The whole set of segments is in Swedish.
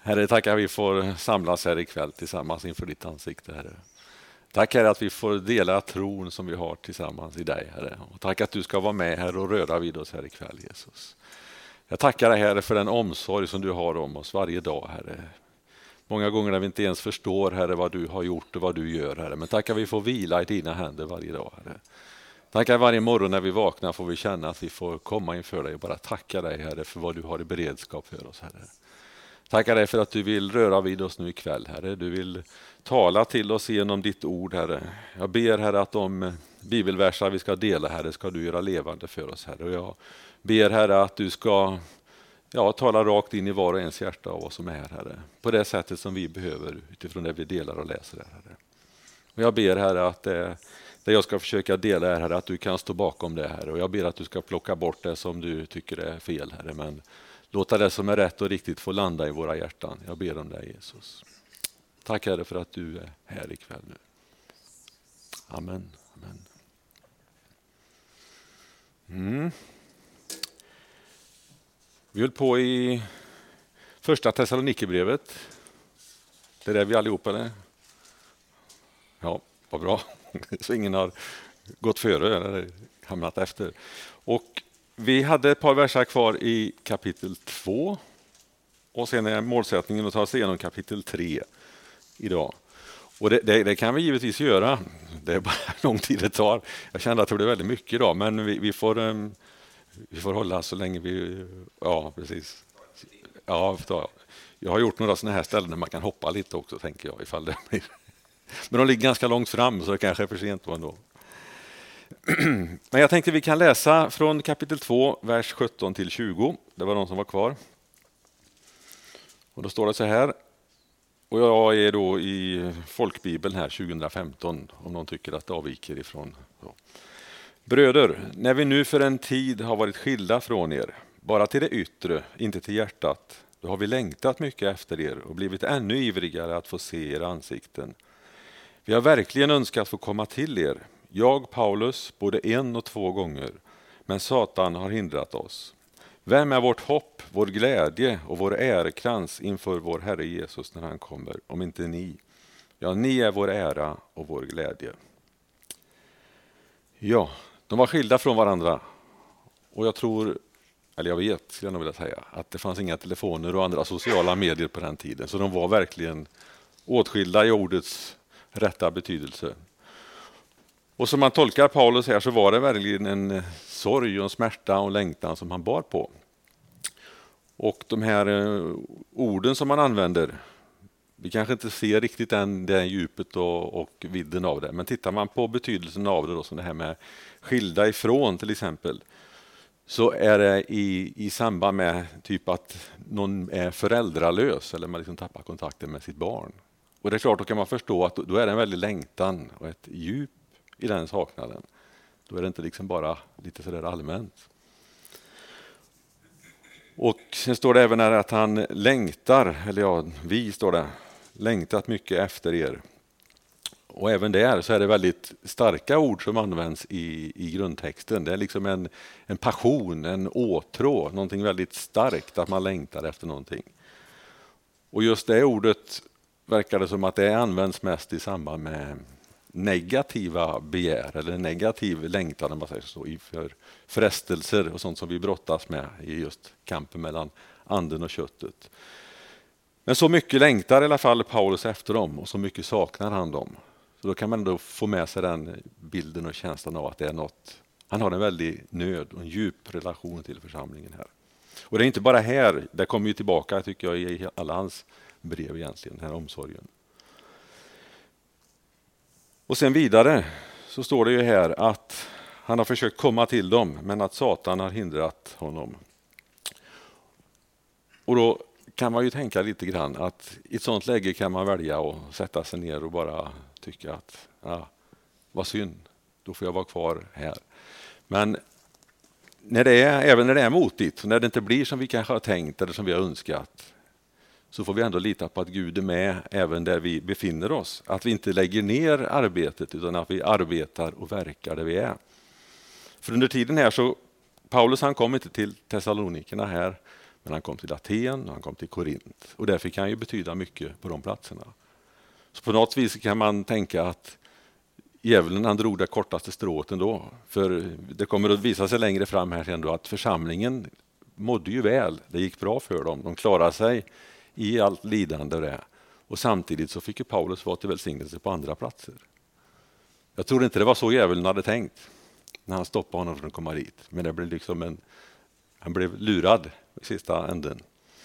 Herre, tack att vi får samlas här ikväll tillsammans inför ditt ansikte, Herre. Tack Herre att vi får dela tron som vi har tillsammans i dig, Herre. Och tack att du ska vara med här och röra vid oss här ikväll, Jesus. Jag tackar dig, Herre, för den omsorg som du har om oss varje dag, Herre. Många gånger när vi inte ens förstår, Herre, vad du har gjort och vad du gör, Herre. Men tack att vi får vila i dina händer varje dag, Herre. Tack att varje morgon när vi vaknar får vi känna att vi får komma inför dig och bara tacka dig, Herre, för vad du har i beredskap för oss, Herre. Tackar dig för att du vill röra vid oss nu ikväll, Herre. Du vill tala till oss genom ditt ord, Herre. Jag ber, Herre, att de bibelverser vi ska dela, Herre, ska du göra levande för oss, Herre. Och jag ber, Herre, att du ska tala rakt in i var och ens hjärta av oss som är här, Herre. På det sättet som vi behöver utifrån det vi delar och läser, Herre. Och jag ber, Herre, att det jag ska försöka dela är, Herre, att du kan stå bakom det, Herre. Och jag ber att du ska plocka bort det som du tycker är fel, Herre. Men låta det som är rätt och riktigt få landa i våra hjärtan. Jag ber om det, Jesus. Tack, Herre, för att du är här ikväll nu. Amen. Amen. Vi höll på i första Thessalonikerbrevet. Det är där vi allihopa är. Ja, vad bra. Så ingen har gått före eller hamnat efter. Och vi hade ett par verser kvar i kapitel 2. Och sen är målsättningen att ta sig igenom kapitel 3 idag. Och det kan vi givetvis göra. Det är bara lång tid det tar. Jag kände att det blev väldigt mycket idag, men vi får hålla så länge vi... Ja, precis. Ja, jag har gjort några sådana här ställen där man kan hoppa lite också, tänker jag, ifall det blir... Men de ligger ganska långt fram, så det kanske är för sent ändå. Men jag tänkte vi kan läsa från kapitel 2, vers 17-20. Det var de som var kvar. Och då står det så här. Och jag är då i folkbibeln här 2015, om någon tycker att det avviker ifrån. Bröder, när vi nu för en tid har varit skilda från er, bara till det yttre, inte till hjärtat, då har vi längtat mycket efter er och blivit ännu ivrigare att få se era ansikten. Vi har verkligen önskat få komma till er, jag, Paulus, både 1 och 2 gånger, men Satan har hindrat oss. Vem är vårt hopp, vår glädje och vår ärekrans inför vår Herre Jesus när han kommer, om inte ni? Ja, ni är vår ära och vår glädje. Ja, de var skilda från varandra. Och jag vet, skulle jag nog vilja säga, att det fanns inga telefoner och andra sociala medier på den tiden. Så de var verkligen åtskilda i ordets rätta betydelse. Och som man tolkar Paulus här så var det verkligen en sorg och en smärta och en längtan som han bar på. Och de här orden som man använder, vi kanske inte ser riktigt det djupet och vidden av det. Men tittar man på betydelsen av det då, som det här med skilda ifrån till exempel, så är det i samband med typ att någon är föräldralös eller man liksom tappar kontakten med sitt barn. Och det är klart, då kan man förstå att då är det en väldig längtan och ett djup i den saknaden. Då är det inte liksom bara lite sådär allmänt. Och sen står det även här att han längtar, vi står det, längtat mycket efter er. Och även där så är det väldigt starka ord som används i grundtexten. Det är liksom en passion, en åtrå, någonting väldigt starkt att man längtar efter någonting. Och just det ordet verkar det som att det används mest i samband med negativa begär eller negativ längtan, om man säger så, inför frestelser och sånt som vi brottas med i just kampen mellan anden och köttet. Men så mycket längtar i alla fall Paulus efter dem och så mycket saknar han dem. Så då kan man ändå få med sig den bilden och känslan av att det är något. Han har en väldig nöd och en djup relation till församlingen här. Och det är inte bara här, det kommer ju tillbaka tycker jag i alla hans brev egentligen, den här omsorgen. Och sen vidare så står det ju här att han har försökt komma till dem, men att Satan har hindrat honom. Och då kan man ju tänka lite grann att i ett sånt läge kan man välja att sätta sig ner och bara tycka att vad synd, då får jag vara kvar här. Men även när det är motigt, när det inte blir som vi kanske har tänkt eller som vi har önskat, så får vi ändå lita på att Gud är med även där vi befinner oss. Att vi inte lägger ner arbetet utan att vi arbetar och verkar där vi är. För under tiden här så, Paulus han kom inte till Thessalonikerna här, Men han kom till Aten och han kom till Korint. Och där fick han ju betyda mycket på de platserna. Så på något vis kan man tänka att djävulen han drog det kortaste strået ändå. För det kommer att visa sig längre fram här sen då att församlingen mådde ju väl. Det gick bra för dem. De klarade sig i allt lidande det. Och samtidigt så fick ju Paulus vara till välsignelse på andra platser. Jag tror inte det var så djävulen hade tänkt när han stoppade honom från att komma dit. Men det blev liksom han blev lurad i sista änden.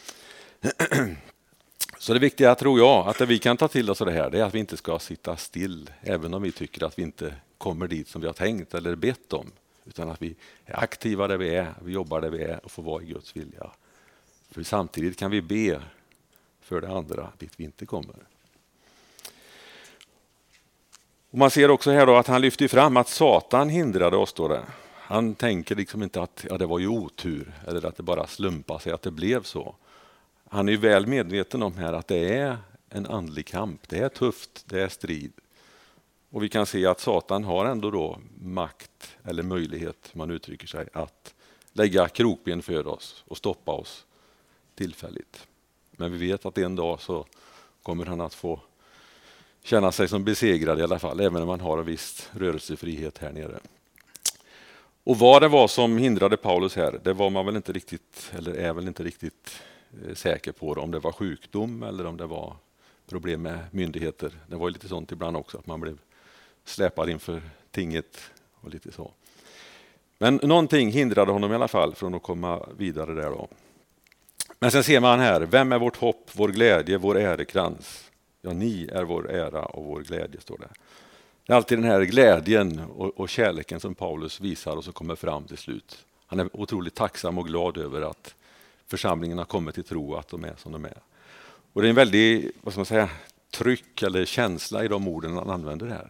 Så det viktiga tror jag att det vi kan ta till oss av det här, det är att vi inte ska sitta still även om vi tycker att vi inte kommer dit som vi har tänkt eller bett om. Utan att vi är aktiva där vi är, vi jobbar där vi är och får vara i Guds vilja. För samtidigt kan vi be för det andra dit vi inte kommer. Och man ser också här då att han lyfter fram att Satan hindrade oss då det. Han tänker liksom inte att det var ju otur eller att det bara slumpade sig att det blev så. Han är ju väl medveten om här att det är en andlig kamp. Det är tufft, det är strid. Och vi kan se att Satan har ändå då makt eller möjlighet, man uttrycker sig, att lägga krokben för oss och stoppa oss tillfälligt. Men vi vet att en dag så kommer han att få känna sig som besegrad i alla fall, även om man har en viss rörelsefrihet här nere. Och vad det var som hindrade Paulus här, det var man väl inte riktigt, eller är väl inte riktigt säker på om det var sjukdom eller om det var problem med myndigheter. Det var ju lite sånt ibland också, att man blev släpad inför tinget och lite så. Men någonting hindrade honom i alla fall från att komma vidare där då. Men sen ser man här, vem är vårt hopp, vår glädje, vår ärekrans? Ja, ni är vår ära och vår glädje, står det. Det är alltid den här glädjen och kärleken som Paulus visar och så kommer fram till slut. Han är otroligt tacksam och glad över att församlingen har kommit till tro att de är som de är. Och det är en väldig, vad ska man säga, tryck eller känsla i de orden han använder här.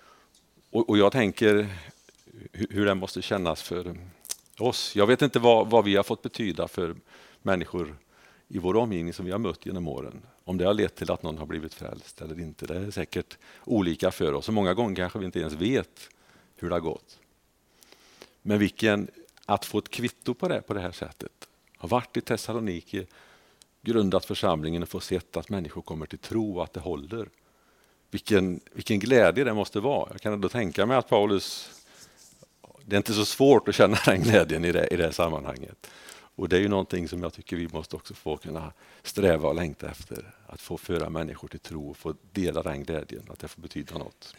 Och jag tänker hur det måste kännas för oss. Jag vet inte vad vi har fått betyda för människor i vår omgivning som vi har mött genom åren. Om det har lett till att någon har blivit frälst eller inte. Det är säkert olika för oss. Och många gånger kanske vi inte ens vet hur det har gått. Men att få ett kvitto på det här sättet. Har varit i Thessaloniki, grundat församlingen och få sett att människor kommer till tro och att det håller. Vilken glädje det måste vara. Jag kan ändå tänka mig att Paulus, det är inte så svårt att känna den glädjen i det sammanhanget. Och det är ju någonting som jag tycker vi måste också få kunna sträva och längta efter. Att få föra människor till tro och få dela den glädjen, att det får betyda något.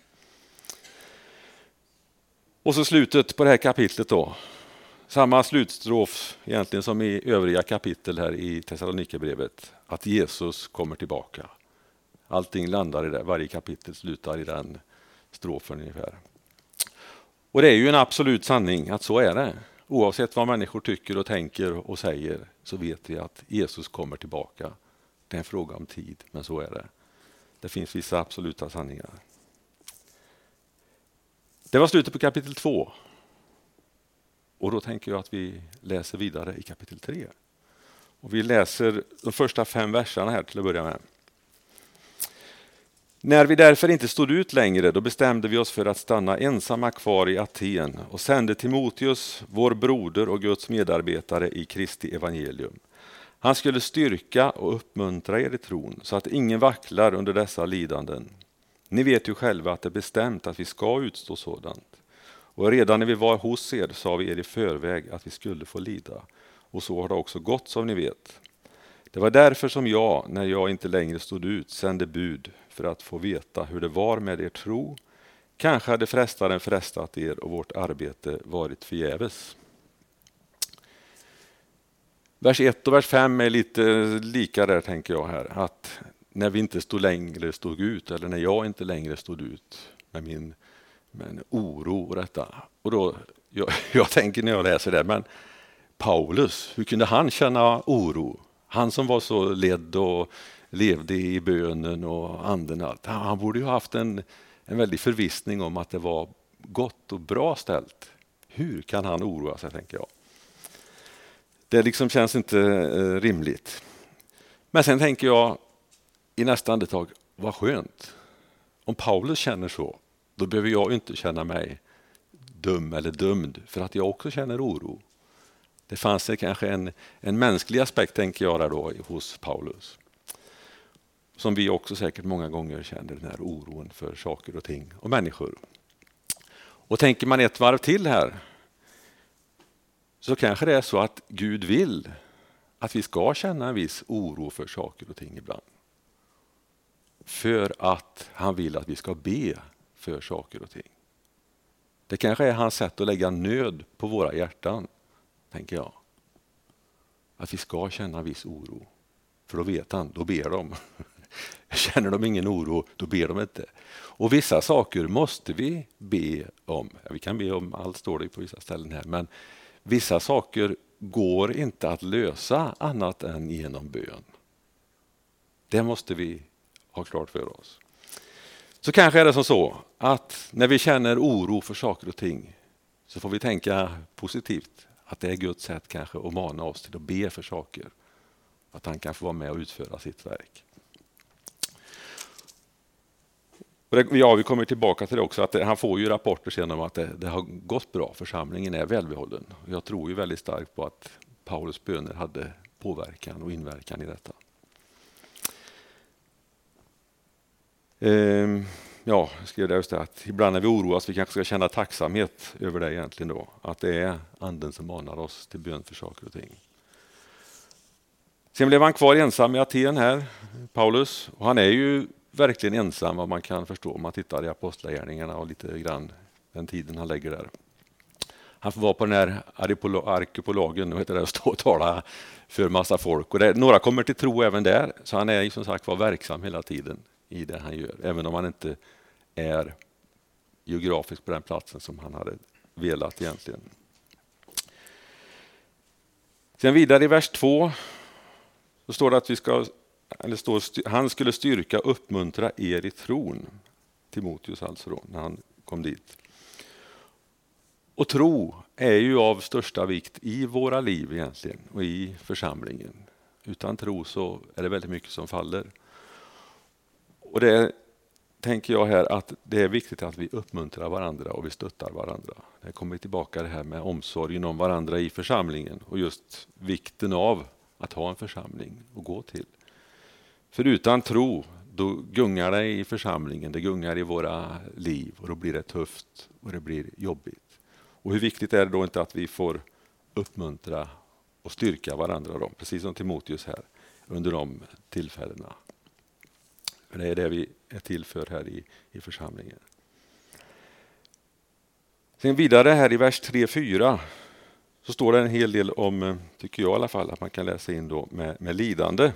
Och så slutet på det här kapitlet då. Samma slutstrof egentligen som i övriga kapitel här i Thessalonikerbrevet. Att Jesus kommer tillbaka. Allting landar i det. Varje kapitel slutar i den strofen ungefär. Och det är ju en absolut sanning att så är det. Oavsett vad människor tycker och tänker och säger så vet vi att Jesus kommer tillbaka. Det är en fråga om tid, men så är det. Det finns vissa absoluta sanningar. Det var slutet på kapitel 2. Och då tänker jag att vi läser vidare i kapitel 3. Och vi läser de första 5 verserna här till att börja med. När vi därför inte stod ut längre, då bestämde vi oss för att stanna ensamma kvar i Aten och sände Timoteus, vår broder och Guds medarbetare i Kristi evangelium. Han skulle styrka och uppmuntra er i tron så att ingen vacklar under dessa lidanden. Ni vet ju själva att det är bestämt att vi ska utstå sådant. Och redan när vi var hos er sa vi er i förväg att vi skulle få lida. Och så har det också gått som ni vet. Det var därför som jag, när jag inte längre stod ut, sände bud för att få veta hur det var med er tro. Kanske hade frestaren frestat er och vårt arbete varit förgäves. Vers 1 och vers 5 är lite lika där tänker jag här. Att när vi inte stod ut eller när jag inte längre stod ut med min oro och detta. Och då, jag tänker när jag läser det, men Paulus, hur kunde han känna oro? Han som var så ledd och levde i bönen och anden och allt. Han borde ju ha haft en väldig förvissning om att det var gott och bra ställt. Hur kan han oroa sig, tänker jag. Det liksom känns inte rimligt. Men sen tänker jag i nästa andetag, vad skönt. Om Paulus känner så, då behöver jag inte känna mig dum eller dömd för att jag också känner oro. Det fanns kanske en mänsklig aspekt, tänker jag, där då, hos Paulus. Som vi också säkert många gånger känner, den här oron för saker och ting och människor. Och tänker man ett varv till här, så kanske det är så att Gud vill att vi ska känna en viss oro för saker och ting ibland. För att han vill att vi ska be för saker och ting. Det kanske är hans sätt att lägga nöd på våra hjärtan, tänker jag. Att vi ska känna viss oro. För då vet han, då ber de. Känner de ingen oro, då ber de inte. Och vissa saker måste vi be om. Vi kan be om allt, står det på vissa ställen här. Men vissa saker går inte att lösa annat än genom bön. Det måste vi ha klart för oss. Så kanske är det som så att när vi känner oro för saker och ting så får vi tänka positivt. Att det är Guds sätt kanske att mana oss till att be för saker. Att han kan få vara med och utföra sitt verk. Ja, vi kommer tillbaka till det också. Att han får ju rapporter sen om att det har gått bra. Församlingen är välbehållen. Jag tror ju väldigt starkt på att Paulus böner hade påverkan och inverkan i detta. Ja, jag skrev det just det, att ibland när vi oroas vi kanske ska känna tacksamhet över det egentligen då. Att det är anden som manar oss till bön för saker och ting. Sen blev han kvar ensam i Aten här, Paulus. Och han är ju verkligen ensam, vad man kan förstå om man tittar i apostlagärningarna och lite grann den tiden han lägger där. Han får vara på den här arkipelagen och stå och tala för massa folk. Och några kommer till tro även där, så han är som sagt var verksam hela tiden i det han gör. Även om han inte är geografiskt på den platsen som han hade velat egentligen. Sen vidare i vers 2 så står det att han skulle styrka och uppmuntra er i tron. Timoteus alltså då, när han kom dit. Och tro är ju av största vikt i våra liv egentligen och i församlingen. Utan tro så är det väldigt mycket som faller. Och det tänker jag här att det är viktigt att vi uppmuntrar varandra och vi stöttar varandra. Det kommer tillbaka det här med omsorgen om varandra i församlingen och just vikten av att ha en församling att gå till. För utan tro, då gungar det i församlingen, det gungar i våra liv och då blir det tufft och det blir jobbigt. Och hur viktigt är det då inte att vi får uppmuntra och styrka varandra då, precis som Timoteus här under de tillfällena. För det är det vi är till för här i församlingen. Sen vidare här i vers 3-4 så står det en hel del om, tycker jag i alla fall, att man kan läsa in då med lidande.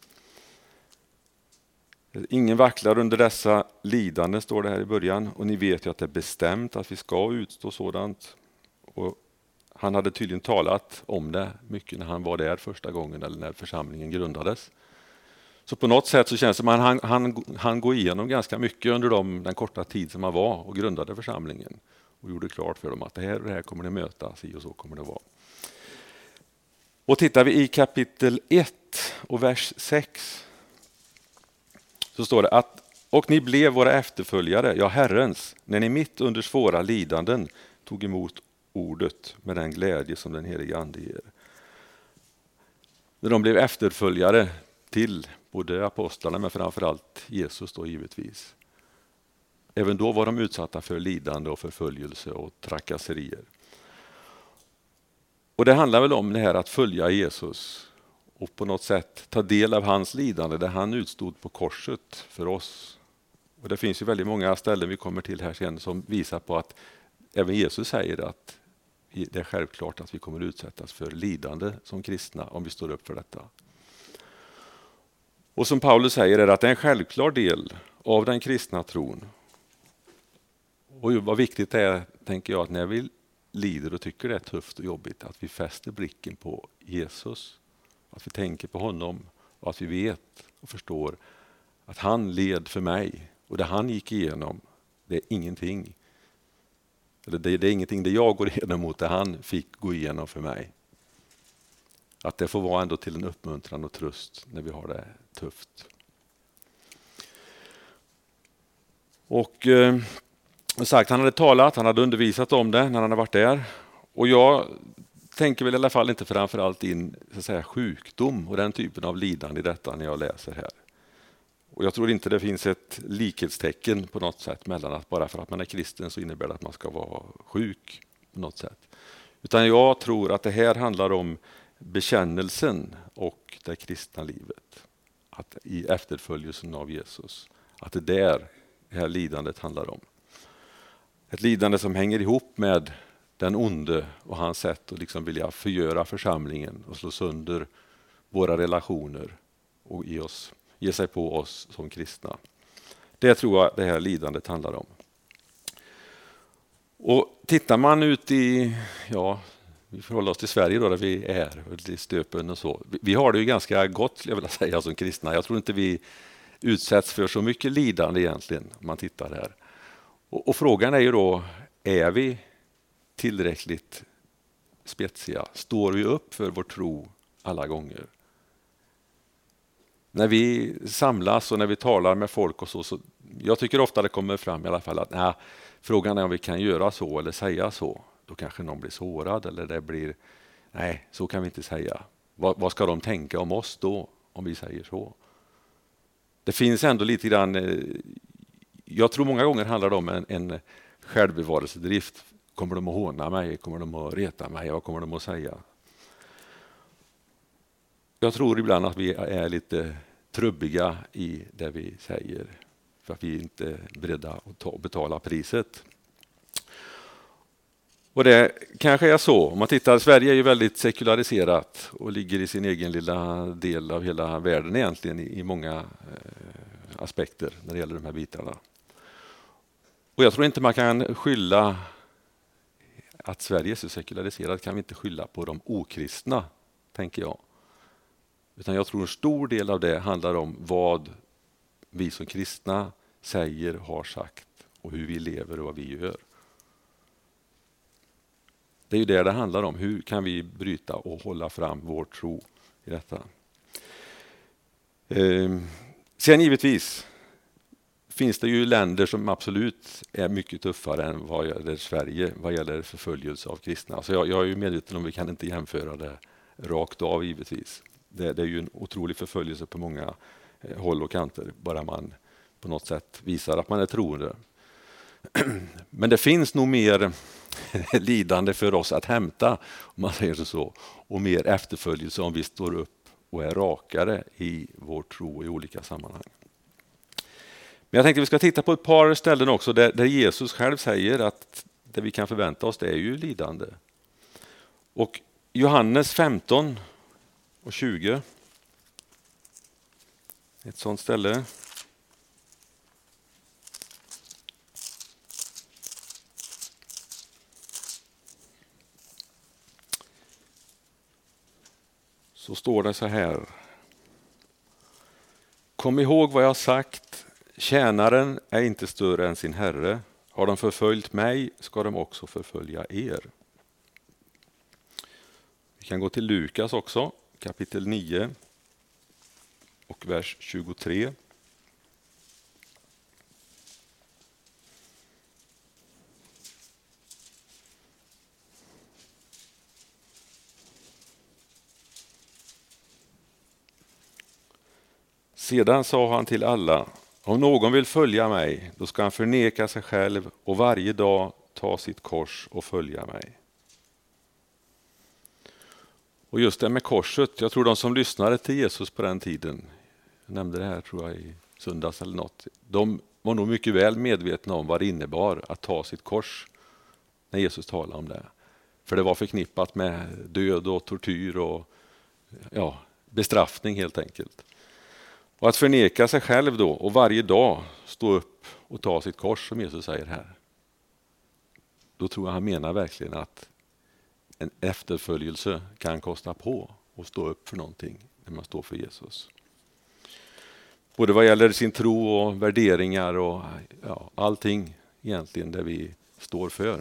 Ingen vacklar under dessa lidanden, står det här i början. Och ni vet ju att det är bestämt att vi ska utstå sådant. Och han hade tydligen talat om det mycket när han var där första gången eller när församlingen grundades. Så på något sätt så känns det som att han går igenom ganska mycket under den korta tid som han var och grundade församlingen. Och gjorde klart för dem att det här kommer det mötas i och så kommer det vara. Och tittar vi i kapitel 1 och vers 6 så står det att och ni blev våra efterföljare, ja Herrens, när ni mitt under svåra lidanden tog emot ordet med den glädje som den helige ande ger. När de blev efterföljare till både apostlarna men framförallt Jesus då givetvis. Även då var de utsatta för lidande och förföljelse och trakasserier. Och det handlar väl om det här att följa Jesus och på något sätt ta del av hans lidande där han utstod på korset för oss. Och det finns ju väldigt många ställen vi kommer till här sen som visar på att även Jesus säger att det är självklart att vi kommer utsättas för lidande som kristna om vi står upp för detta. Och som Paulus säger är att det är en självklar del av den kristna tron. Och vad viktigt är, tänker jag, att när vi lider och tycker det är tufft och jobbigt, att vi fäster blicken på Jesus. Att vi tänker på honom och att vi vet och förstår att han led för mig. Och det han gick igenom, det är ingenting. Eller det är ingenting det jag går igenom mot det han fick gå igenom för mig. Att det får vara ändå till en uppmuntran och tröst när vi har det tufft. Och sagt, han hade talat, han hade undervisat om det när han hade varit där. Och jag tänker väl i alla fall inte framförallt in så att säga, sjukdom och den typen av lidande i detta när jag läser här. Och jag tror inte det finns ett likhetstecken på något sätt mellan att bara för att man är kristen så innebär det att man ska vara sjuk på något sätt. Utan jag tror att det här handlar om bekännelsen och det kristna livet. Att i efterföljelsen av Jesus. Att det där det här lidandet handlar om. Ett lidande som hänger ihop med den onde och hans sätt att liksom vilja förgöra församlingen och slå sönder våra relationer och ge sig på oss som kristna. Det tror jag det här lidandet handlar om. Och tittar man ut i, vi förhåller oss till Sverige då där vi är, i Stöpen och så. Vi har det ju ganska gott skulle jag vilja säga som kristna. Jag tror inte vi utsätts för så mycket lidande egentligen om man tittar här. Och frågan är ju då, är vi tillräckligt spetsiga? Står vi upp för vår tro alla gånger? När vi samlas och när vi talar med folk och så jag tycker ofta det kommer fram i alla fall att frågan är om vi kan göra så eller säga så. Då kanske någon blir sårad eller det blir, nej så kan vi inte säga. Vad ska de tänka om oss då om vi säger så? Det finns ändå lite grann, jag tror många gånger handlar det om en självbevarelsedrift. Kommer de att håna mig? Kommer de att reta mig? Vad kommer de att säga? Jag tror ibland att vi är lite trubbiga i det vi säger. För att vi inte är beredda att betala priset. Och det kanske är så. Om man tittar, Sverige är ju väldigt sekulariserat och ligger i sin egen lilla del av hela världen egentligen i många aspekter när det gäller de här bitarna. Och jag tror inte man kan skylla att Sverige är så sekulariserat kan vi inte skylla på de okristna, tänker jag. Utan jag tror en stor del av det handlar om vad vi som kristna säger, har sagt och hur vi lever och vad vi gör. Det är ju det handlar om. Hur kan vi bryta och hålla fram vår tro i detta? Sen givetvis finns det ju länder som absolut är mycket tuffare än vad gäller Sverige vad gäller förföljelse av kristna. Så jag är ju medveten om att vi kan inte jämföra det rakt av givetvis. Det är ju en otrolig förföljelse på många håll och kanter, bara man på något sätt visar att man är troende. Men det finns nog mer lidande för oss att hämta, om man säger så, och mer efterföljelse om vi står upp och är rakare i vår tro i olika sammanhang. Men jag tänkte att vi ska titta på ett par ställen också där Jesus själv säger att det vi kan förvänta oss det är ju lidande. Och Johannes 15 och 20. Ett sånt ställe. Så står det så här. Kom ihåg vad jag har sagt. Tjänaren är inte större än sin herre. Har de förföljt mig ska de också förfölja er. Vi kan gå till Lukas också, kapitel 9 och vers 23. Sedan sa han till alla, om någon vill följa mig, då ska han förneka sig själv och varje dag ta sitt kors och följa mig. Och just det med korset, jag tror de som lyssnade till Jesus på den tiden, jag nämnde det här tror jag i söndags eller något, de var nog mycket väl medvetna om vad det innebar att ta sitt kors när Jesus talade om det. För det var förknippat med död och tortyr och bestraffning helt enkelt. Och att förneka sig själv då och varje dag stå upp och ta sitt kors som Jesus säger här. Då tror jag han menar verkligen att en efterföljelse kan kosta på och stå upp för någonting när man står för Jesus. Både vad gäller sin tro och värderingar och allting egentligen det vi står för.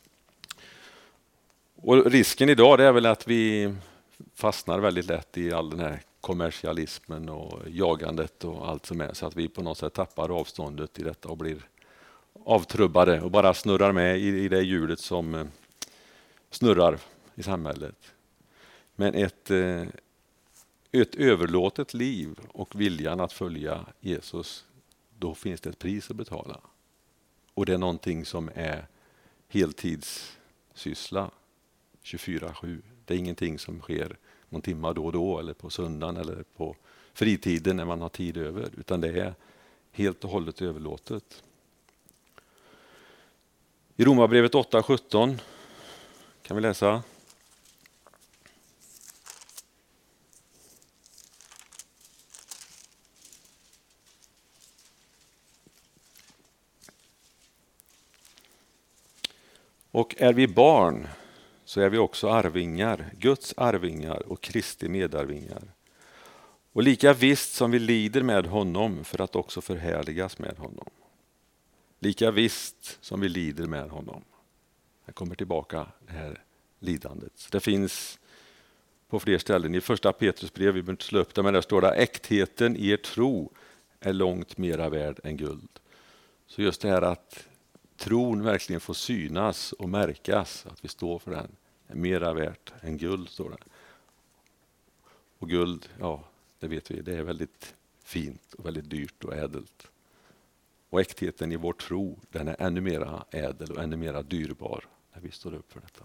Och risken idag det är väl att vi fastnar väldigt lätt i all den här kommersialismen och jagandet och allt som är så att vi på något sätt tappar avståndet i detta och blir avtrubbade och bara snurrar med i det hjulet som snurrar i samhället. Men ett överlåtet liv och viljan att följa Jesus, då finns det ett pris att betala. Och det är någonting som är heltidssyssla 24/7. Det är ingenting som sker någon timme då och då eller på söndagen eller på fritiden när man har tid över, utan det är helt och hållet överlåtet. I Romarbrevet 8:17 kan vi läsa: och är vi barn så är vi också arvingar, Guds arvingar och Kristi medarvingar. Och lika visst som vi lider med honom för att också förhärligas med honom. Lika visst som vi lider med honom. Jag kommer tillbaka det här lidandet. Det finns på fler ställen. I första Petrus brev, vi behöver inte slå upp det, men där står det: äktheten i er tro är långt mera värd än guld. Så just det här att tron verkligen får synas och märkas, att vi står för den, är mera värt än guld, står det. Och guld, ja, det vet vi, det är väldigt fint och väldigt dyrt och ädelt. Och äktheten i vår tro, den är ännu mera ädel och ännu mera dyrbar när vi står upp för detta.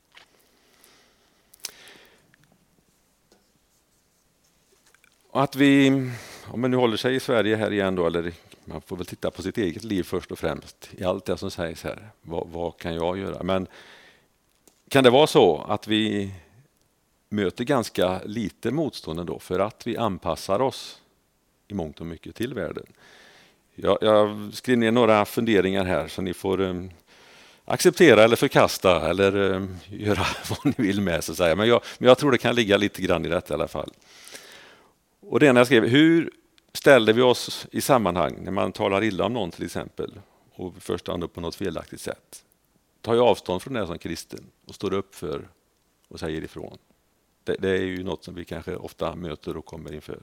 Och att vi, om man nu håller sig i Sverige här igen då, eller man får väl titta på sitt eget liv först och främst i allt det som sägs här. Vad kan jag göra? Men kan det vara så att vi möter ganska lite motstånd ändå för att vi anpassar oss i mångt och mycket till världen? Jag skrev ner några funderingar här så ni får acceptera eller förkasta eller göra vad ni vill med, så att säga. Men jag tror det kan ligga lite grann i detta i alla fall. Och det ena jag skrev: hur ställer vi oss i sammanhang när man talar illa om någon till exempel och först stannar upp på något felaktigt sätt? Tar jag avstånd från det som kristen och står upp för och säger ifrån? Det är ju något som vi kanske ofta möter och kommer inför.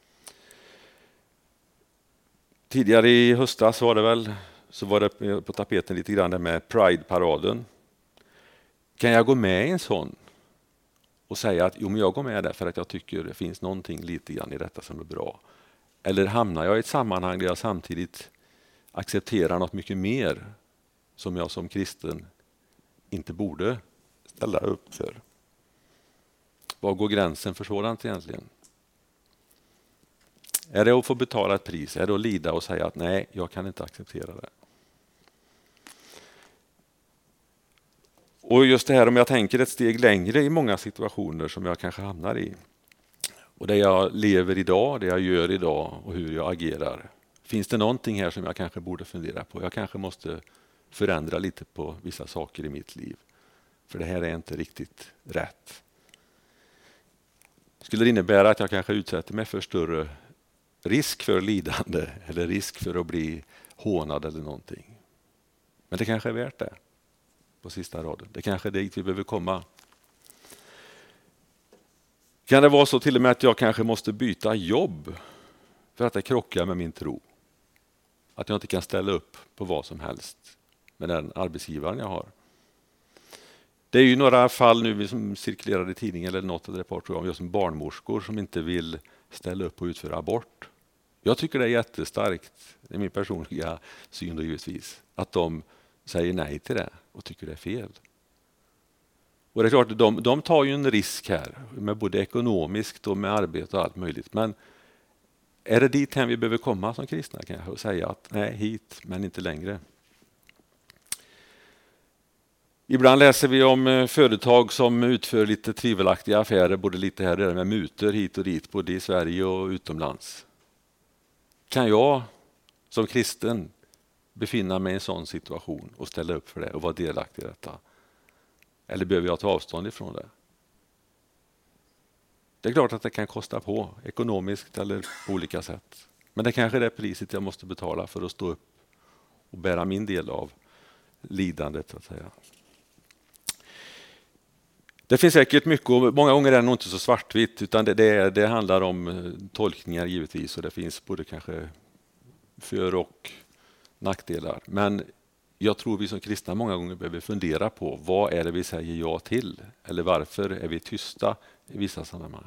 Tidigare i höstas var det på tapeten lite grann med Pride-paraden. Kan jag gå med i en sån och säga att men jag går med där för att jag tycker det finns någonting lite grann i detta som är bra? Eller hamnar jag i ett sammanhang där jag samtidigt accepterar något mycket mer som jag som kristen inte borde ställa upp för? Var går gränsen för sådant egentligen? Är det att få betala ett pris? Är det att lida och säga att nej, jag kan inte acceptera det? Och just det här, om jag tänker ett steg längre i många situationer som jag kanske hamnar i, och det jag lever idag, det jag gör idag och hur jag agerar. Finns det någonting här som jag kanske borde fundera på? Jag kanske måste förändra lite på vissa saker i mitt liv. För det här är inte riktigt rätt. Skulle det innebära att jag kanske utsätter mig för större risk för lidande eller risk för att bli hånad eller någonting? Men det kanske är värt det på sista raden. Det kanske är dit vi behöver komma. Kan det vara så till och med att jag kanske måste byta jobb för att det krockar med min tro? Att jag inte kan ställa upp på vad som helst med den arbetsgivaren jag har. Det är ju några fall nu som cirkulerar i tidningen eller något eller ett par, tror jag, om just barnmorskor som inte vill ställa upp och utföra abort. Jag tycker det är jättestarkt, det är min personliga syn då givetvis, att de säger nej till det och tycker det är fel. Och det är klart, de tar ju en risk här, med både ekonomiskt och med arbete och allt möjligt. Men är det dit vi behöver komma som kristna kanske och säga att nej, hit men inte längre? Ibland läser vi om företag som utför lite tvivelaktiga affärer, både lite här och där med mutor hit och dit, både i Sverige och utomlands. Kan jag som kristen befinna mig i en sån situation och ställa upp för det och vara delaktig i detta? Eller behöver jag ta avstånd ifrån det? Det är klart att det kan kosta på ekonomiskt eller på olika sätt. Men det kanske är det priset jag måste betala för att stå upp och bära min del av lidandet, så att säga. Det finns säkert mycket, och många gånger är det nog inte så svartvitt, utan det handlar om tolkningar givetvis, och det finns både kanske för- och nackdelar. Men jag tror vi som kristna många gånger behöver fundera på vad är det vi säger ja till? Eller varför är vi tysta i vissa sammanhang?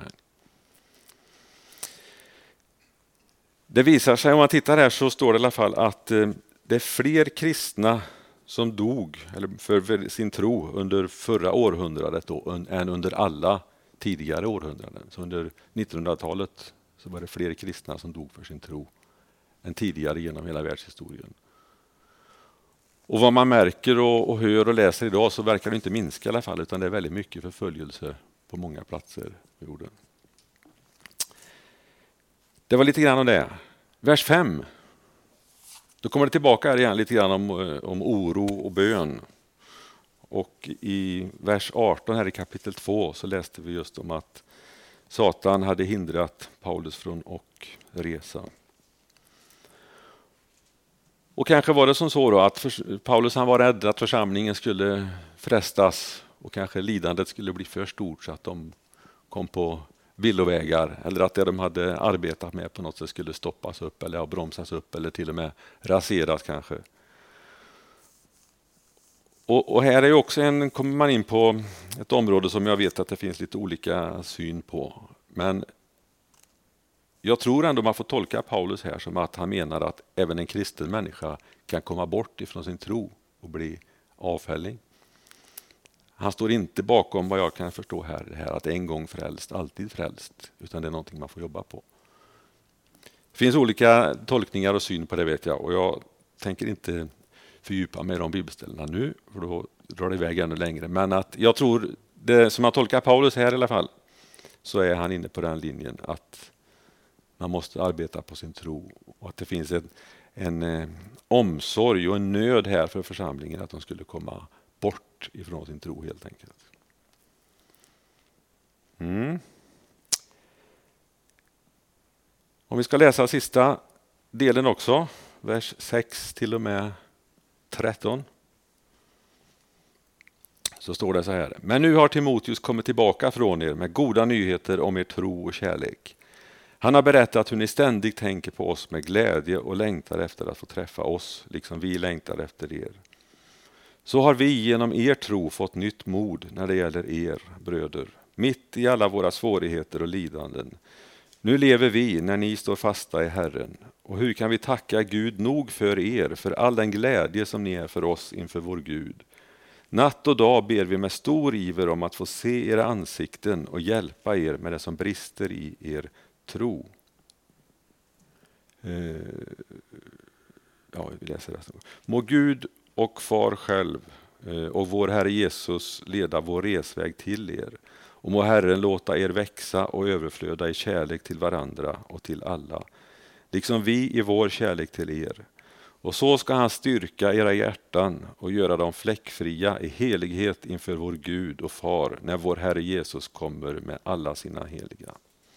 Det visar sig, om man tittar här så står det i alla fall att det är fler kristna som dog eller för sin tro under förra århundradet då, än under alla tidigare århundraden. Så under 1900-talet så var det fler kristna som dog för sin tro än tidigare genom hela världshistorien. Och vad man märker och hör och läser idag så verkar det inte minska i alla fall, utan det är väldigt mycket förföljelse på många platser på jorden. Det var lite grann om det. Vers 5. Då kommer det tillbaka här igen lite grann om oro och bön. Och i vers 18 här i kapitel 2 så läste vi just om att Satan hade hindrat Paulus från att resa. Och kanske var det som så då att Paulus han var rädd att församlingen skulle frestas och kanske lidandet skulle bli för stort så att de kom på villovägar eller att det de hade arbetat med på något sätt skulle stoppas upp eller bromsas upp eller till och med raseras kanske. Och här är också kommer man in på ett område som jag vet att det finns lite olika syn på. Men jag tror ändå man får tolka Paulus här som att han menar att även en kristen människa kan komma bort ifrån sin tro och bli avfällig. Han står inte bakom vad jag kan förstå här, det här att en gång frälst, alltid frälst, utan det är någonting man får jobba på. Det finns olika tolkningar och syn på det vet jag och jag tänker inte fördjupa mig i de bibelställena nu för då drar det iväg ännu längre. Men att jag tror, det som jag tolkar Paulus här i alla fall, så är han inne på den linjen att man måste arbeta på sin tro och att det finns en omsorg och en nöd här för församlingen att de skulle komma bort ifrån sin tro helt enkelt. Om vi ska läsa sista delen också, vers 6 till och med 13. Så står det så här. Men nu har Timoteus kommit tillbaka från er med goda nyheter om er tro och kärlek. Han har berättat hur ni ständigt tänker på oss med glädje och längtar efter att få träffa oss, liksom vi längtar efter er. Så har vi genom er tro fått nytt mod när det gäller er, bröder, mitt i alla våra svårigheter och lidanden. Nu lever vi när ni står fasta i Herren. Och hur kan vi tacka Gud nog för er, för all den glädje som ni är för oss inför vår Gud. Natt och dag ber vi med stor iver om att få se era ansikten och hjälpa er med det som brister i er tro. Vi läser det. Må Gud och Far själv och vår Herre Jesus leda vår resväg till er. Och må Herren låta er växa och överflöda i kärlek till varandra och till alla, liksom vi i vår kärlek till er. Och så ska han styrka era hjärtan och göra dem fläckfria i helighet inför vår Gud och Far när vår Herre Jesus kommer med alla sina heliga.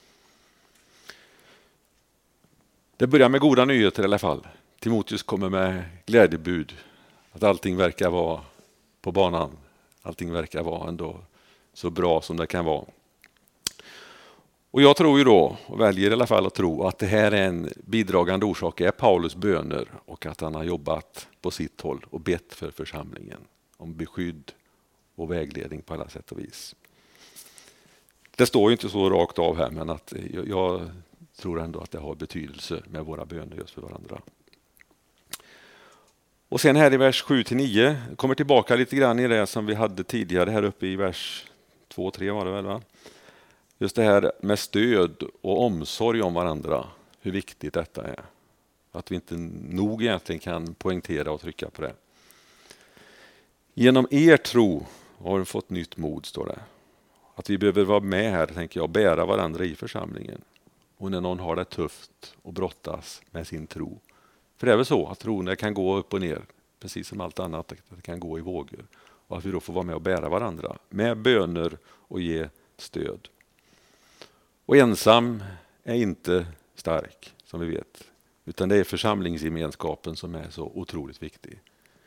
Det börjar med goda nyheter i alla fall. Timoteus kommer med glädjebud. Att allting verkar vara på banan. Allting verkar vara ändå så bra som det kan vara. Och jag tror ju då, och väljer i alla fall att tro, att det här är en bidragande orsak är Paulus böner och att han har jobbat på sitt håll och bett för församlingen om beskydd och vägledning på alla sätt och vis. Det står ju inte så rakt av här, men att jag tror ändå att det har betydelse med våra böner just för varandra. Och sen här i vers 7-9 kommer tillbaka lite grann i det som vi hade tidigare här uppe i vers 2-3 var det väl va? Just det här med stöd och omsorg om varandra, hur viktigt detta är. Att vi inte nog egentligen kan poängtera och trycka på det. Genom er tro har vi fått nytt mod, står det. Att vi behöver vara med här, tänker jag, bära varandra i församlingen. Och när någon har det tufft och brottas med sin tro. För det är väl så att tron kan gå upp och ner, precis som allt annat, att det kan gå i vågor. Och att vi då får vara med och bära varandra med böner och ge stöd. Och ensam är inte stark, som vi vet. Utan det är församlingsgemenskapen som är så otroligt viktig.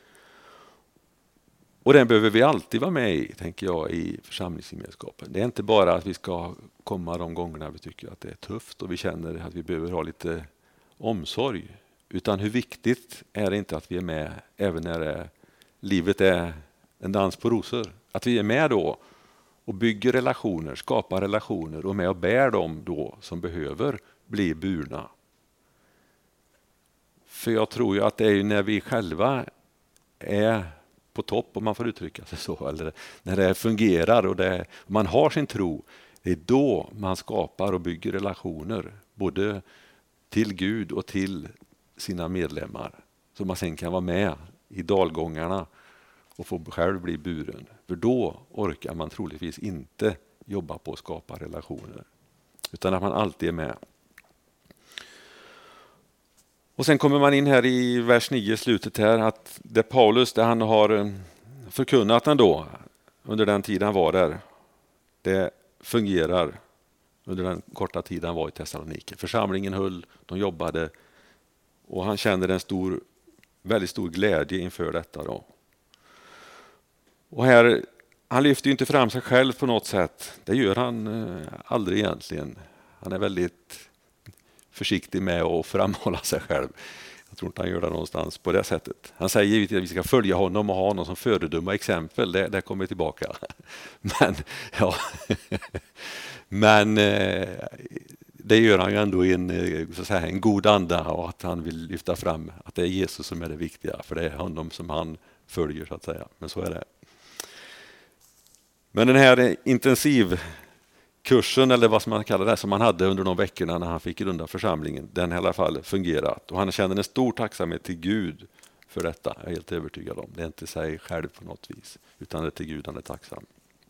Och den behöver vi alltid vara med i, tänker jag, i församlingsgemenskapen. Det är inte bara att vi ska komma de gångerna vi tycker att det är tufft och vi känner att vi behöver ha lite omsorg. Utan hur viktigt är det inte att vi är med även när det är livet är en dans på rosor. Att vi är med då och bygger relationer, skapar relationer och med och bär dem då som behöver bli burna. För jag tror ju att det är ju när vi själva är på topp, om man får uttrycka sig så, eller när det fungerar och man har sin tro, det är då man skapar och bygger relationer, både till Gud och till sina medlemmar, så man sen kan vara med i dalgångarna och få själv bli buren. För då orkar man troligtvis inte jobba på att skapa relationer, utan att man alltid är med. Och sen kommer man in här i vers 9, slutet här, att det Paulus, det han har förkunnat ändå under den tid han var där, det fungerar under den korta tid han var i Thessaloniki. Församlingen höll, de jobbade och han känner en väldigt stor glädje inför detta då. Och här, han lyfter ju inte fram sig själv på något sätt. Det gör han aldrig egentligen. Han är väldigt försiktig med att framhålla sig själv. Jag tror inte han gör det någonstans på det sättet. Han säger givetvis att vi ska följa honom och ha honom som föredöme exempel. Det kommer tillbaka. Men det gör han ju ändå i en god anda, och att han vill lyfta fram att det är Jesus som är det viktiga. För det är honom som han följer, så att säga. Men så är det. Men den här intensivkursen, eller vad man kallar det, som han hade under de veckorna när han fick grunda församlingen, den har i alla fall fungerat. Och han känner en stor tacksamhet till Gud för detta. Jag är helt övertygad om. Det är inte sig själv på något vis, utan det är till Gud han är tacksam.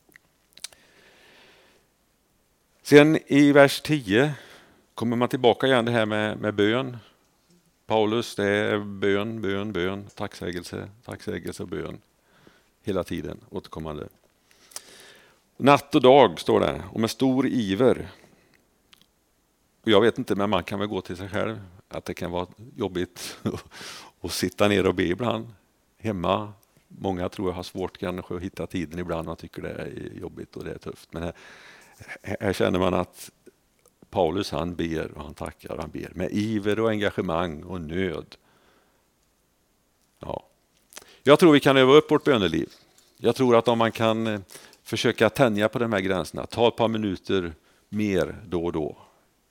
Sen i vers 10 kommer man tillbaka igen det här med bön. Paulus, det är bön, tacksägelse och bön. Hela tiden återkommande. Natt och dag står det, och med stor iver. Och jag vet inte, men man kan väl gå till sig själv att det kan vara jobbigt att sitta ner och be ibland hemma. Många tror jag har svårt kanske att hitta tiden ibland, man tycker det är jobbigt och det är tufft. Men här känner man att Paulus, han ber och han tackar och han ber med iver och engagemang och nöd. Ja. Jag tror vi kan öva upp vårt böneliv. Jag tror att om man kan försöka tänja på de här gränserna, ta ett par minuter mer då och då.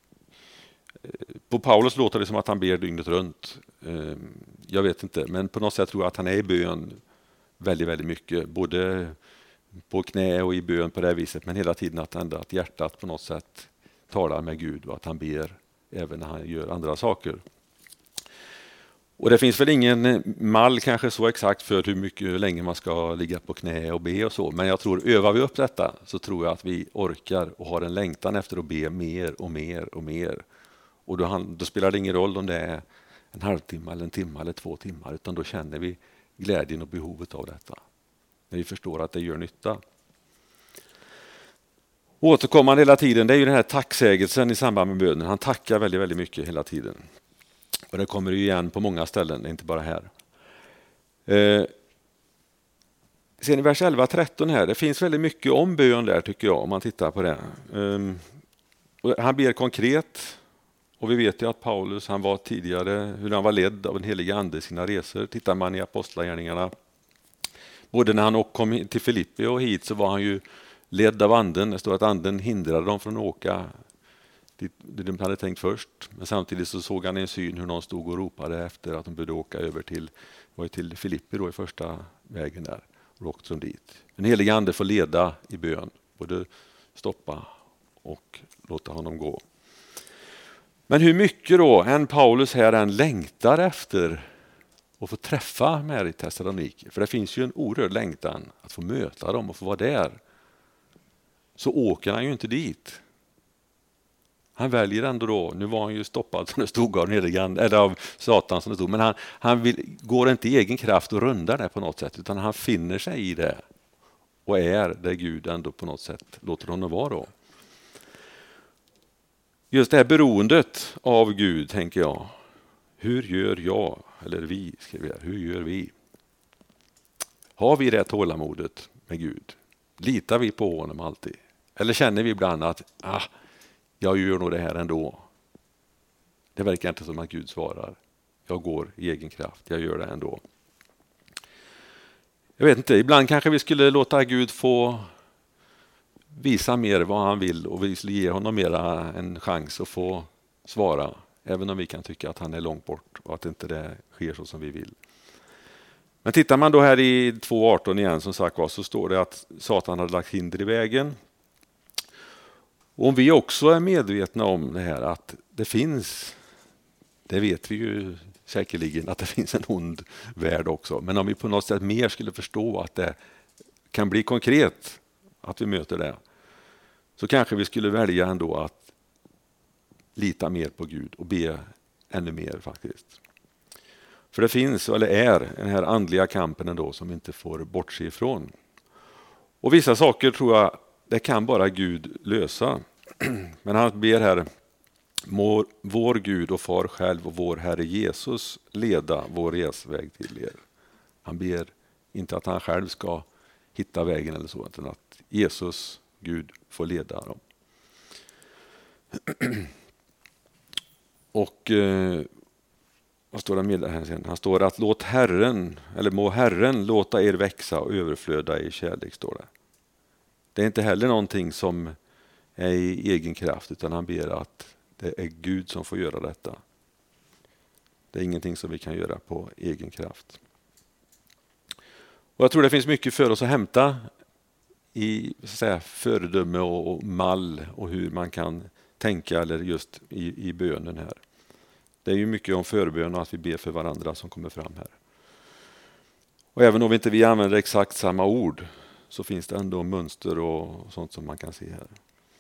På Paulus låter det som att han ber dygnet runt. Jag vet inte, men på något sätt tror jag att han är i bön väldigt, väldigt mycket. Både på knä och i bön på det här viset, men hela tiden att hjärtat på något sätt talar med Gud och att han ber även när han gör andra saker. Och det finns väl ingen mall kanske så exakt för hur länge man ska ligga på knä och be och så. Men jag tror, övar vi upp detta så tror jag att vi orkar och har en längtan efter att be mer och mer och mer. Och då spelar det ingen roll om det är en halvtimme eller en timme eller 2 timmar, utan då känner vi glädjen och behovet av detta. När vi förstår att det gör nytta. Återkommande hela tiden, det är ju den här tacksägelsen i samband med bönen. Han tackar väldigt, väldigt mycket hela tiden. Och det kommer ju igen på många ställen, inte bara här. Sen i vers 11-13 här, det finns väldigt mycket om bön där tycker jag, om man tittar på det. Och han ber konkret, och vi vet ju att Paulus, han var tidigare, hur han var ledd av en helig ande i sina resor. Tittar man i apostlagärningarna, både när han kom till Filippi och hit så var han ju ledd av anden. Det står att anden hindrade dem från att åka dit de hade tänkt först. Men samtidigt så såg han i en syn hur någon stod och ropade efter att de borde åka över till Filippi då i första vägen där. Och åkte de dit. En helig ande får leda i bön. Både stoppa och låta honom gå. Men hur mycket då än Paulus här än längtar efter att få träffa med i Thessaloniki. För det finns ju en oerhörd längtan att få möta dem och få vara där. Så åker han ju inte dit. Han väljer ändå då, nu var han ju stoppad som det stod av Satan som det stod, men han går inte i egen kraft och rundar det på något sätt, utan han finner sig i det och är där Gud ändå på något sätt låter honom vara då. Just det här beroendet av Gud, tänker jag. Hur gör jag, eller vi, skriver jag, hur gör vi? Har vi det tålamodet med Gud? Litar vi på honom alltid? Eller känner vi ibland att jag gör nog det här ändå. Det verkar inte som att Gud svarar. Jag går i egen kraft, jag gör det ändå. Jag vet inte, ibland kanske vi skulle låta Gud få visa mer vad han vill och vi skulle ge honom mera en chans att få svara. Även om vi kan tycka att han är långt bort och att inte det sker så som vi vill. Men tittar man då här i 2.18 igen som sagt var, så står det att Satan hade lagt hinder i vägen. Och om vi också är medvetna om det här att det finns, det vet vi ju säkerligen att det finns en ond värld också. Men om vi på något sätt mer skulle förstå att det kan bli konkret att vi möter det, så kanske vi skulle välja ändå att lita mer på Gud och be ännu mer faktiskt. För det finns, eller är, den här andliga kampen ändå som vi inte får bortse ifrån. Och vissa saker tror jag, det kan bara Gud lösa. Men han ber här, må vår Gud och far själv och vår Herre Jesus leda vår resväg till er. Han ber inte att han själv ska hitta vägen eller så, utan att Jesus, Gud, får leda dem. Och vad står det med det här sen? Han står att låt Herren, eller må Herren låta er växa och överflöda i kärlek, står det. Det är inte heller någonting som är i egen kraft, utan han ber att det är Gud som får göra detta. Det är ingenting som vi kan göra på egen kraft. Och jag tror det finns mycket för oss att hämta i så att säga, föredöme och mall och hur man kan tänka eller just i bönen här. Det är ju mycket om förbön och att vi ber för varandra som kommer fram här. Och även om vi använder exakt samma ord så finns det ändå mönster och sånt som man kan se här.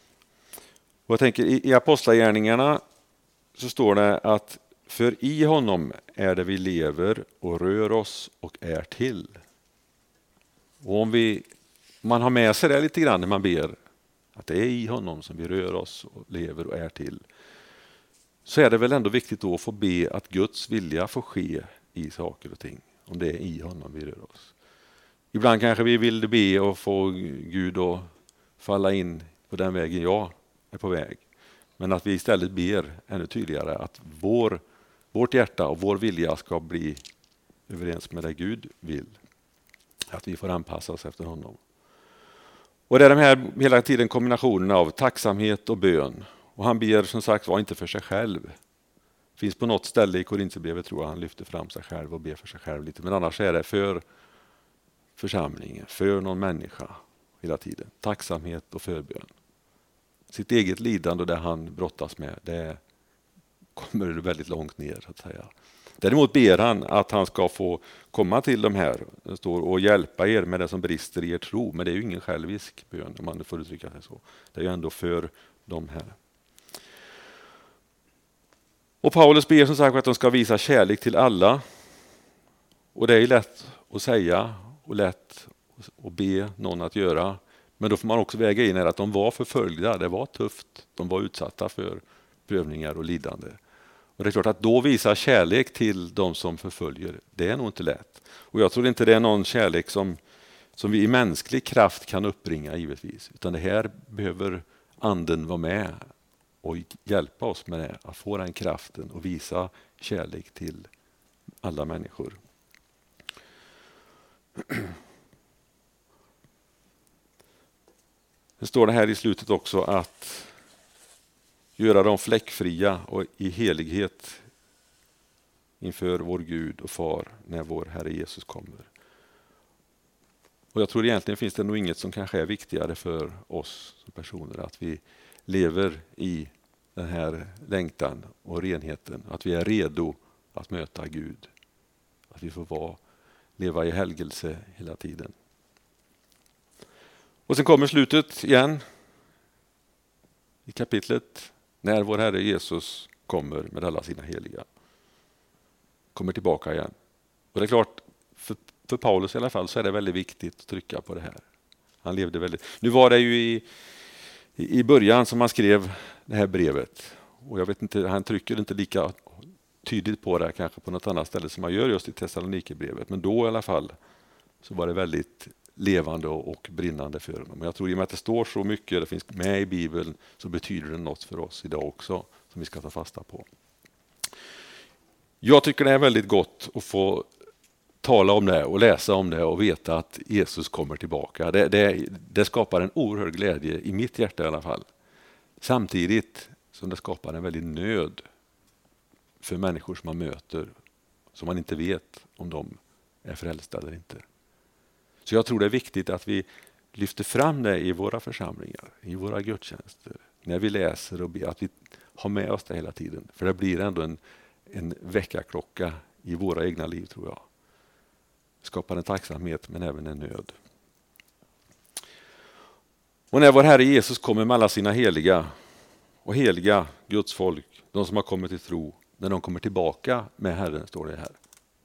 Och jag tänker i Apostlagärningarna så står det att för i honom är det vi lever och rör oss och är till. Och om man har med sig det lite grann när man ber, att det är i honom som vi rör oss och lever och är till, så är det väl ändå viktigt då att få be att Guds vilja får ske i saker och ting, om det är i honom vi rör oss. Ibland kanske vi vill be och få Gud att falla in på den vägen jag är på väg. Men att vi istället ber ännu tydligare att vårt hjärta och vår vilja ska bli överens med det Gud vill. Att vi får anpassa oss efter honom. Och det är de här hela tiden kombinationen av tacksamhet och bön. Och han ber som sagt var inte för sig själv. Det finns på något ställe i Korinthierbrevet tror jag han lyfter fram sig själv och ber för sig själv lite. Men annars är det för församlingen, för någon människa hela tiden. Tacksamhet och förbön. Sitt eget lidande och det han brottas med, det kommer väldigt långt ner så att säga. Däremot ber han att han ska få komma till de här och hjälpa er med det som brister i er tro. Men det är ju ingen självisk bön om man får uttrycka sig så. Det är ju ändå för de här. Och Paulus ber som sagt att de ska visa kärlek till alla. Och det är lätt att säga och lätt att be någon att göra. Men då får man också väga in att de var förföljda, det var tufft. De var utsatta för prövningar och lidande. Och det är klart att då visa kärlek till de som förföljer, det är nog inte lätt. Och jag tror inte det är någon kärlek som vi i mänsklig kraft kan uppbringa givetvis. Utan det här behöver anden vara med och hjälpa oss med det. Att få den kraften och visa kärlek till alla människor. Det står det här i slutet också att göra dem fläckfria och i helighet inför vår Gud och far när vår Herre Jesus kommer. Och jag tror egentligen finns det nog inget som kanske är viktigare för oss som personer, att vi lever i den här längtan och renheten, att vi är redo att möta Gud, att vi får leva i helgelse hela tiden. Och sen kommer slutet igen i kapitlet när vår Herre Jesus kommer med alla sina heliga. Kommer tillbaka igen. Och det är klart, för Paulus i alla fall så är det väldigt viktigt att trycka på det här. Han levde väldigt. Nu var det ju i början som han skrev det här brevet. Och jag vet inte, han trycker inte lika tydligt på det kanske på något annat ställe som man gör just i Thessalonikerbrevet. Men då i alla fall så var det väldigt levande och brinnande för honom. Jag tror i och med att det står så mycket, det finns med i Bibeln, så betyder det något för oss idag också som vi ska ta fasta på. Jag tycker det är väldigt gott att få tala om det och läsa om det och veta att Jesus kommer tillbaka. Det skapar en oerhörd glädje i mitt hjärta i alla fall. Samtidigt som det skapar en väldig nöd för människor som man möter, som man inte vet om de är frälsta eller inte. Så jag tror det är viktigt att vi lyfter fram det i våra församlingar, i våra gudstjänster, när vi läser och ber, att vi har med oss det hela tiden. För det blir ändå en väckarklocka i våra egna liv, tror jag. Skapar en tacksamhet men även en nöd. Och när vår Herre Jesus kommer med alla sina heliga och heliga Guds folk, de som har kommit till tro, när de kommer tillbaka med Herren, står det här.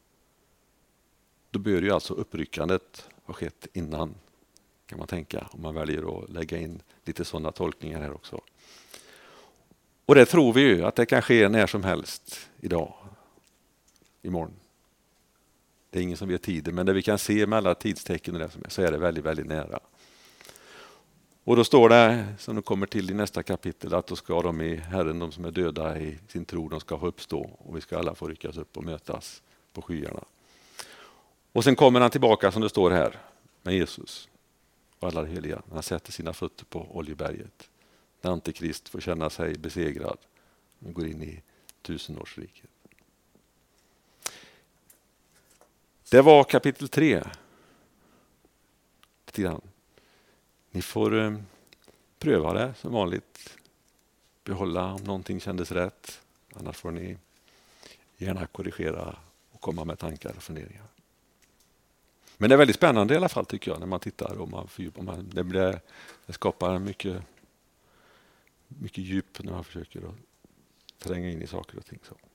Då bör ju alltså uppryckandet ha skett innan, kan man tänka, om man väljer att lägga in lite sådana tolkningar här också. Och det tror vi ju att det kan ske när som helst, idag, imorgon. Det är ingen som vet tiden, men det vi kan se med alla tidstecken och det som är, så är det väldigt, väldigt nära. Och då står det, som de kommer till i nästa kapitel, att då ska de i Herren, de som är döda i sin tro, de ska få uppstå och vi ska alla få ryckas upp och mötas på skyarna. Och sen kommer han tillbaka, som det står här, med Jesus och alla heliga. Han sätter sina fötter på Oljeberget. När Antikrist får känna sig besegrad och går in i tusenårsriket. Det var kapitel 3. Ni får pröva det som vanligt. Behålla om någonting kändes rätt. Annars får ni gärna korrigera och komma med tankar och funderingar. Men det är väldigt spännande i alla fall, tycker jag, när man tittar och man fördjupar. Det skapar mycket djup när man försöker att tränga in i saker och ting. Så.